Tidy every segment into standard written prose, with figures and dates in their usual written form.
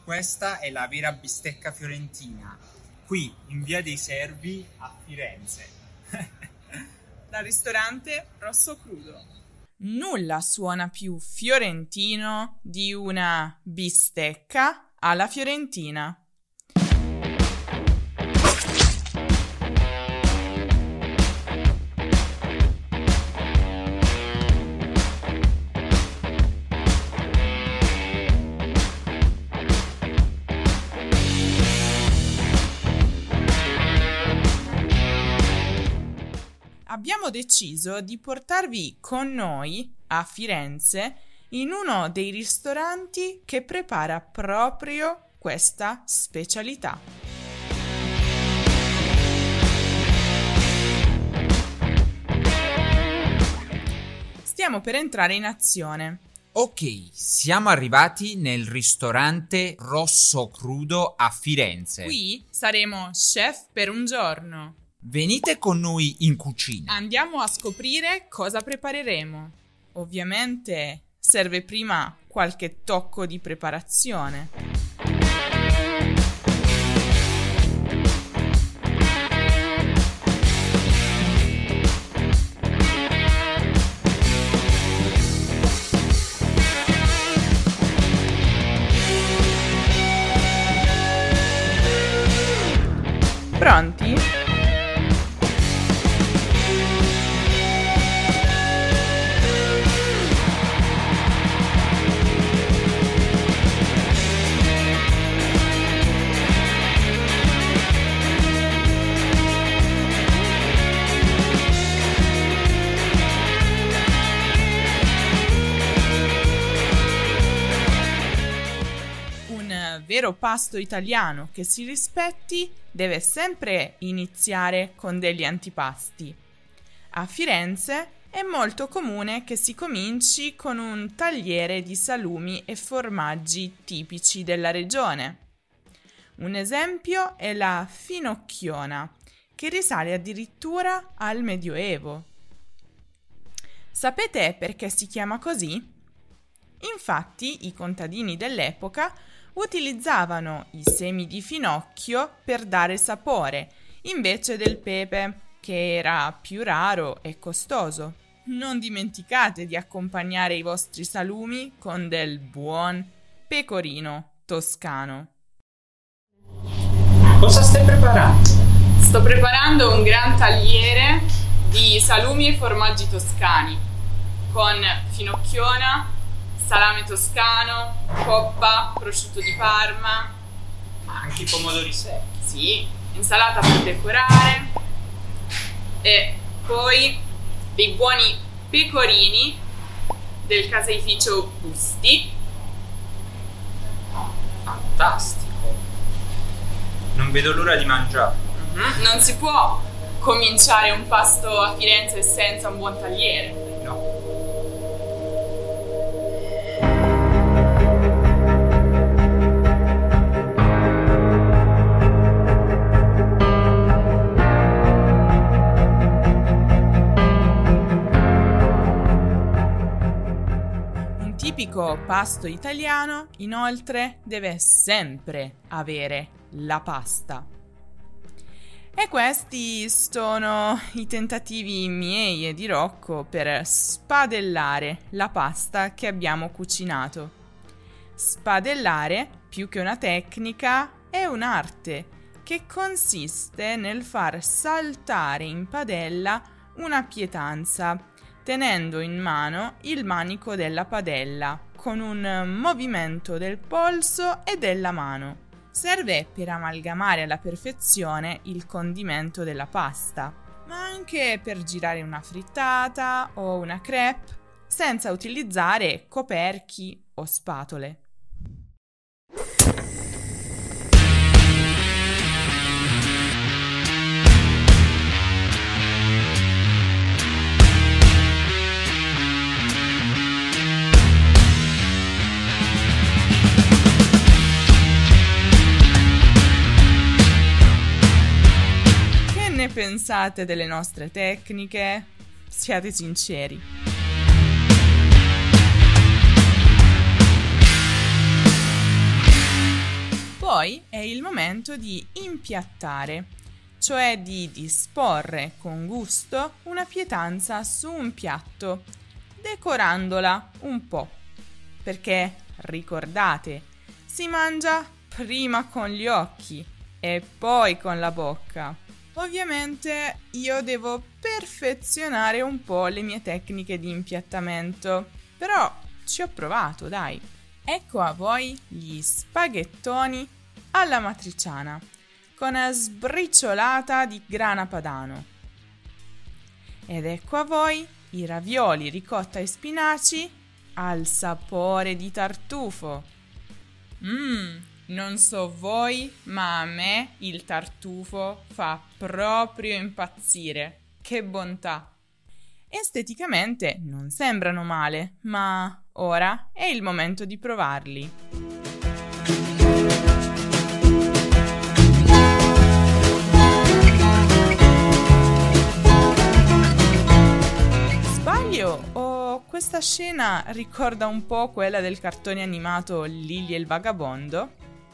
questa è la vera bistecca fiorentina, qui in Via dei Servi a Firenze. Dal ristorante Rosso Crudo. Nulla suona più fiorentino di una bistecca alla fiorentina. Abbiamo deciso di portarvi con noi a Firenze in uno dei ristoranti che prepara proprio questa specialità. Stiamo per entrare in azione. Ok, siamo arrivati nel ristorante Rosso Crudo a Firenze. Qui saremo chef per un giorno. Venite con noi in cucina. Andiamo a scoprire cosa prepareremo. Ovviamente serve prima qualche tocco di preparazione. Pronti? Vero pasto italiano che si rispetti deve sempre iniziare con degli antipasti. A Firenze è molto comune che si cominci con un tagliere di salumi e formaggi tipici della regione. Un esempio è la finocchiona, che risale addirittura al Medioevo. Sapete perché si chiama così? Infatti, i contadini dell'epoca utilizzavano i semi di finocchio per dare sapore, invece del pepe, che era più raro e costoso. Non dimenticate di accompagnare i vostri salumi con del buon pecorino toscano. Cosa stai preparando? Sto preparando un gran tagliere di salumi e formaggi toscani con finocchiona, salame toscano, coppa, prosciutto di Parma. Ma anche i pomodori secchi. Sì, insalata per decorare e poi dei buoni pecorini del caseificio Busti. Fantastico. Non vedo l'ora di mangiare. Non si può cominciare un pasto a Firenze senza un buon tagliere. No. Il tipico pasto italiano, inoltre, deve sempre avere la pasta. E questi sono i tentativi miei e di Rocco per spadellare la pasta che abbiamo cucinato. Spadellare, più che una tecnica, è un'arte che consiste nel far saltare in padella una pietanza, tenendo in mano il manico della padella, con un movimento del polso e della mano. Serve per amalgamare alla perfezione il condimento della pasta, ma anche per girare una frittata o una crêpe, senza utilizzare coperchi o spatole. Ne pensate delle nostre tecniche? Siate sinceri. Poi è il momento di impiattare, cioè di disporre con gusto una pietanza su un piatto, decorandola un po'. Perché, ricordate, si mangia prima con gli occhi e poi con la bocca. Ovviamente io devo perfezionare un po' le mie tecniche di impiattamento, però ci ho provato, dai. Ecco a voi gli spaghettoni alla matriciana, con una sbriciolata di grana padano. Ed ecco a voi i ravioli ricotta e spinaci al sapore di tartufo. Non so voi, ma a me il tartufo fa proprio impazzire. Che bontà! Esteticamente non sembrano male, ma ora è il momento di provarli. Sbaglio o questa scena ricorda un po' quella del cartone animato Lily e il vagabondo?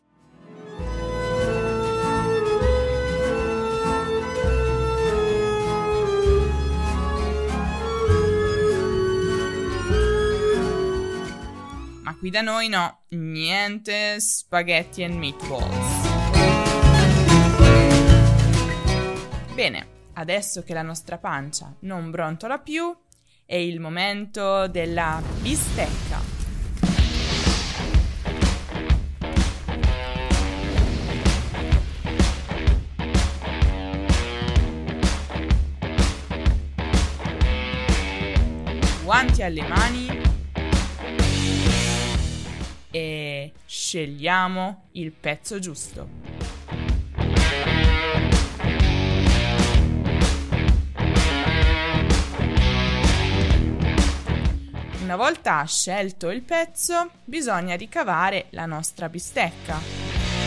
Ma qui da noi no, niente spaghetti and meatballs. Bene, adesso che la nostra pancia non brontola più, è il momento della bistecca. Guanti alle mani e scegliamo il pezzo giusto. Una volta scelto il pezzo, bisogna ricavare la nostra bistecca.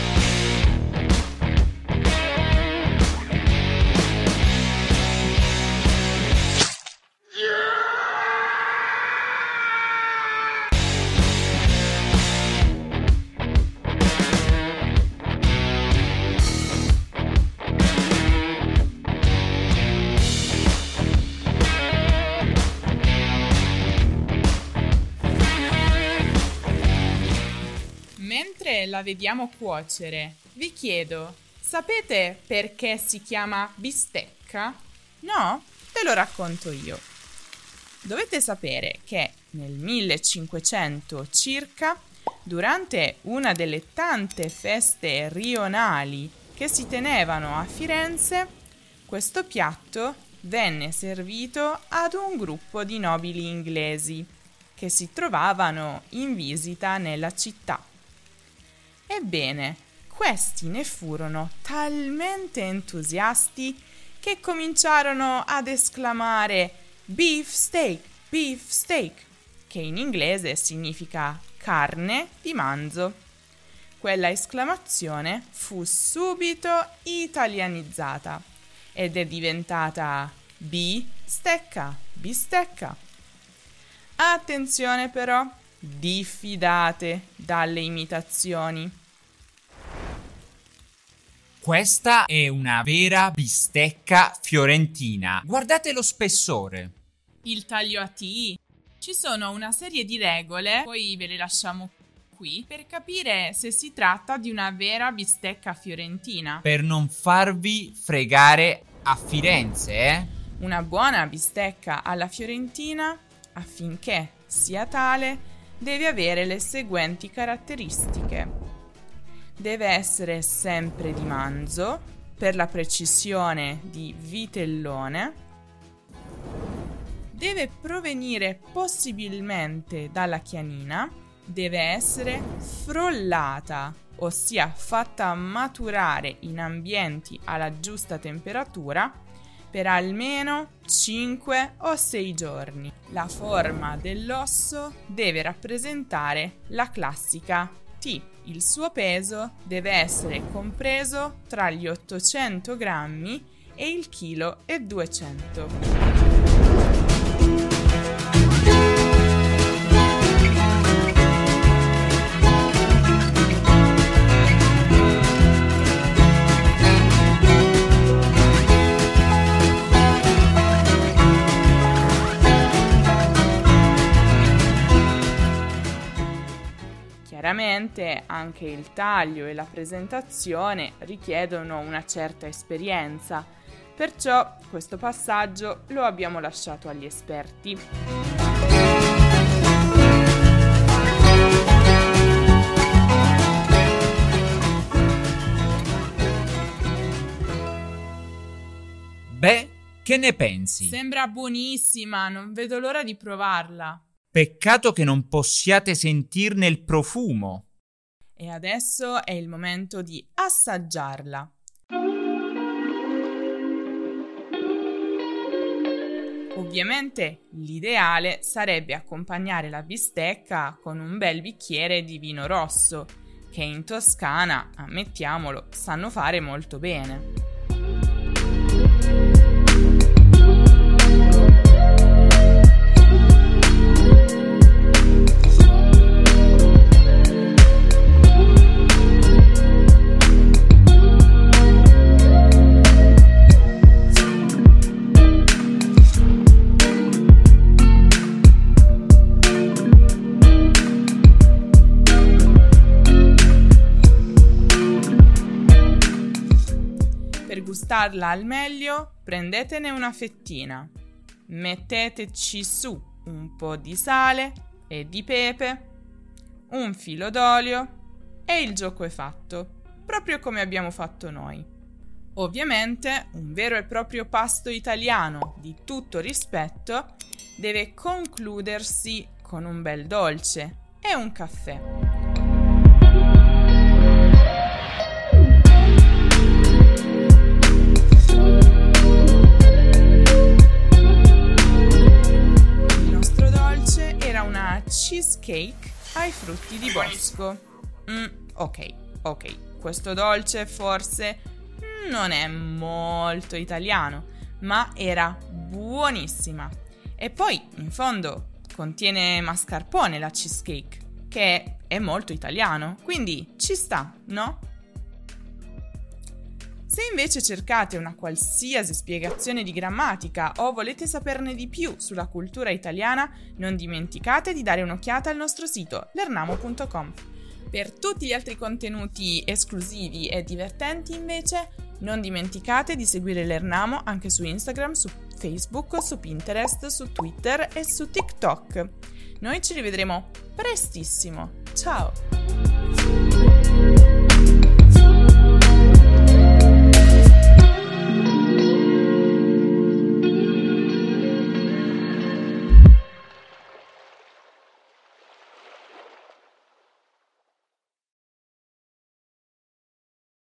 Mentre la vediamo cuocere, vi chiedo, sapete perché si chiama bistecca? No? Ve lo racconto io. Dovete sapere che nel 1500 circa, durante una delle tante feste rionali che si tenevano a Firenze, questo piatto venne servito ad un gruppo di nobili inglesi che si trovavano in visita nella città. Ebbene, questi ne furono talmente entusiasti che cominciarono ad esclamare beef steak, che in inglese significa carne di manzo. Quella esclamazione fu subito italianizzata ed è diventata bistecca. Attenzione però, diffidate dalle imitazioni. Questa è una vera bistecca fiorentina. Guardate lo spessore. Il taglio a T. Ci sono una serie di regole, poi ve le lasciamo qui, per capire se si tratta di una vera bistecca fiorentina. Per non farvi fregare a Firenze, eh? Una buona bistecca alla fiorentina, affinché sia tale, deve avere le seguenti caratteristiche. Deve essere sempre di manzo, per la precisione di vitellone. Deve provenire possibilmente dalla chianina. Deve essere frollata, ossia fatta maturare in ambienti alla giusta temperatura per almeno 5 o 6 giorni. La forma dell'osso deve rappresentare la classica T. Il suo peso deve essere compreso tra gli 800 grammi e il chilo e 200. ovviamente anche il taglio e la presentazione richiedono una certa esperienza, perciò questo passaggio lo abbiamo lasciato agli esperti. Beh, che ne pensi? Sembra buonissima, non vedo l'ora di provarla. Peccato che non possiate sentirne il profumo. E adesso è il momento di assaggiarla. Ovviamente l'ideale sarebbe accompagnare la bistecca con un bel bicchiere di vino rosso, che in Toscana, ammettiamolo, sanno fare molto bene. Per gustarla al meglio, prendetene una fettina, metteteci su un po' di sale e di pepe, un filo d'olio e il gioco è fatto, proprio come abbiamo fatto noi. Ovviamente un vero e proprio pasto italiano di tutto rispetto deve concludersi con un bel dolce e un caffè. Cheesecake ai frutti di bosco. Ok, questo dolce forse non è molto italiano, ma era buonissima. E poi, in fondo, contiene mascarpone la cheesecake, che è molto italiano, quindi ci sta, no? Se invece cercate una qualsiasi spiegazione di grammatica o volete saperne di più sulla cultura italiana, non dimenticate di dare un'occhiata al nostro sito lernamo.com. Per tutti gli altri contenuti esclusivi e divertenti, invece, non dimenticate di seguire Lernamo anche su Instagram, su Facebook, su Pinterest, su Twitter e su TikTok. Noi ci rivedremo prestissimo. Ciao!